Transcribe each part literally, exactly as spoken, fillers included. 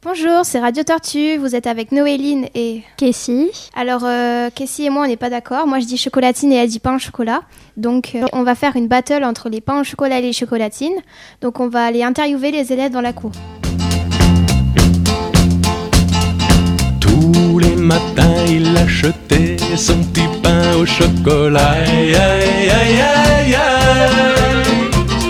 Bonjour, c'est Radio Tortue, vous êtes avec Noéline et Kessie. Alors, euh, Kessie et moi, on n'est pas d'accord. Moi, je dis chocolatine et elle dit pain au chocolat. Donc, euh, on va faire une battle entre les pains au chocolat et les chocolatines. Donc, on va aller interviewer les élèves dans la cour. Tous les matins, il achetait son petit pain au chocolat. Aïe, aïe, aïe, aïe, aïe.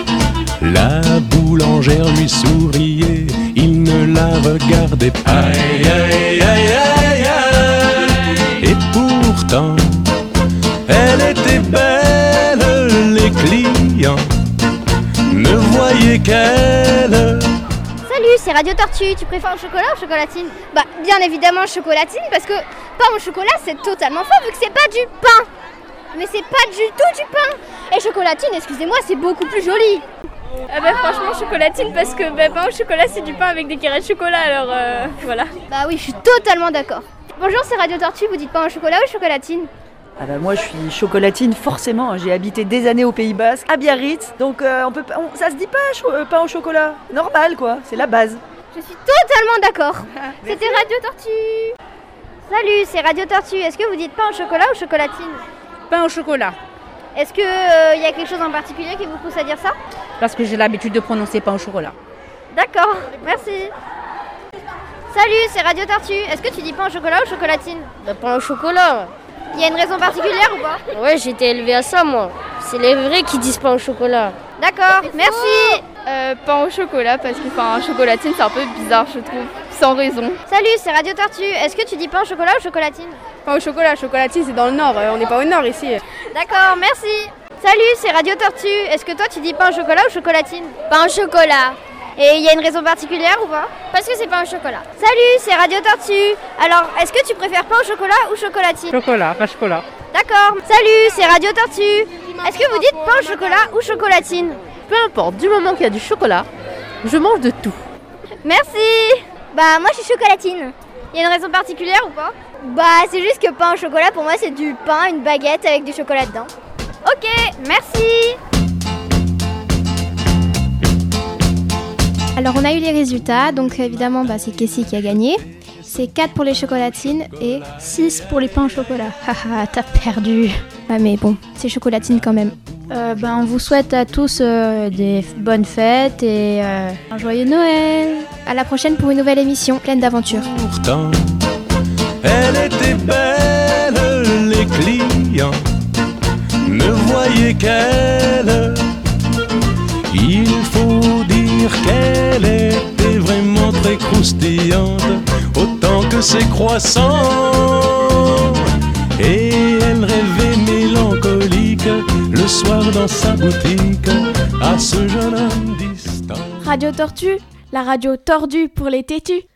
La boulangère lui souriait, il ne la regardait pas. Aïe, aïe, aïe, aïe, aïe. Et pourtant, elle était belle, les clients ne voyaient qu'elle. Salut, c'est Radio Tortue. Tu préfères au chocolat ou chocolatine? Bah, bien évidemment chocolatine, parce que pain au chocolat, c'est totalement faux, vu que c'est pas du pain. Mais c'est pas du tout du pain. Et chocolatine, excusez-moi, c'est beaucoup plus joli. Ah bah franchement chocolatine parce que bah, pain au chocolat c'est du pain avec des carrés de chocolat alors euh, voilà. Bah oui, je suis totalement d'accord. Bonjour, c'est Radio Tortue, vous dites pain au chocolat ou chocolatine? Ah bah moi je suis chocolatine forcément, j'ai habité des années au Pays Basque, à Biarritz, donc euh, on peut, on, ça se dit pas cho- euh, pain au chocolat, normal quoi, c'est la base. Je suis totalement d'accord. C'était Radio Tortue. Salut, c'est Radio Tortue, est-ce que vous dites pain au chocolat ou chocolatine? Pain au chocolat. Est-ce qu'il euh, y a quelque chose en particulier qui vous pousse à dire ça? Parce que j'ai l'habitude de prononcer pain au chocolat. D'accord, merci. Salut, c'est Radio Tortue. Est-ce que tu dis pain au chocolat ou chocolatine? Bah, pain au chocolat. Il y a une raison particulière ou pas? Ouais, j'ai été élevée à ça, moi. C'est les vrais qui disent pain au chocolat. D'accord, merci. Euh, pain au chocolat parce que enfin chocolatine c'est un peu bizarre je trouve, sans raison. Salut, c'est Radio Tortue. Est-ce que tu dis pain au chocolat ou chocolatine? Pain au chocolat, chocolatine c'est dans le nord, euh, on n'est pas au nord ici. D'accord, merci. Salut, c'est Radio Tortue. Est-ce que toi tu dis pain au chocolat ou chocolatine? Pain au chocolat. Et il y a une raison particulière ou pas? Parce que c'est pain au chocolat. Salut, c'est Radio Tortue. Alors, est-ce que tu préfères pain au chocolat ou chocolatine? Chocolat, pas chocolat. D'accord. Salut, c'est Radio Tortue. Est-ce que vous dites pain au chocolat ou chocolatine? Peu importe, du moment qu'il y a du chocolat, je mange de tout. Merci. Bah, moi je suis chocolatine. Il y a une raison particulière ou pas? Bah, c'est juste que pain au chocolat, pour moi, c'est du pain, une baguette avec du chocolat dedans. Ok, merci. Alors, on a eu les résultats. Donc, évidemment, bah, c'est Kessie qui a gagné. C'est quatre pour les chocolatines et six pour les pains au chocolat. haha, t'as perdu. Ah, mais bon, c'est chocolatine quand même. Euh, ben, on vous souhaite à tous euh, des bonnes fêtes et euh, un joyeux Noël. À la prochaine pour une nouvelle émission pleine d'aventures. Pourtant, elle était belle, les clients ne voyaient qu'elle. Il faut dire qu'elle était vraiment très croustillante, autant que ses croissants. Et elle rêvait mélancolique le soir dans sa boutique à ce jeune homme distant. Radio Tortue, la radio tordue pour les têtus.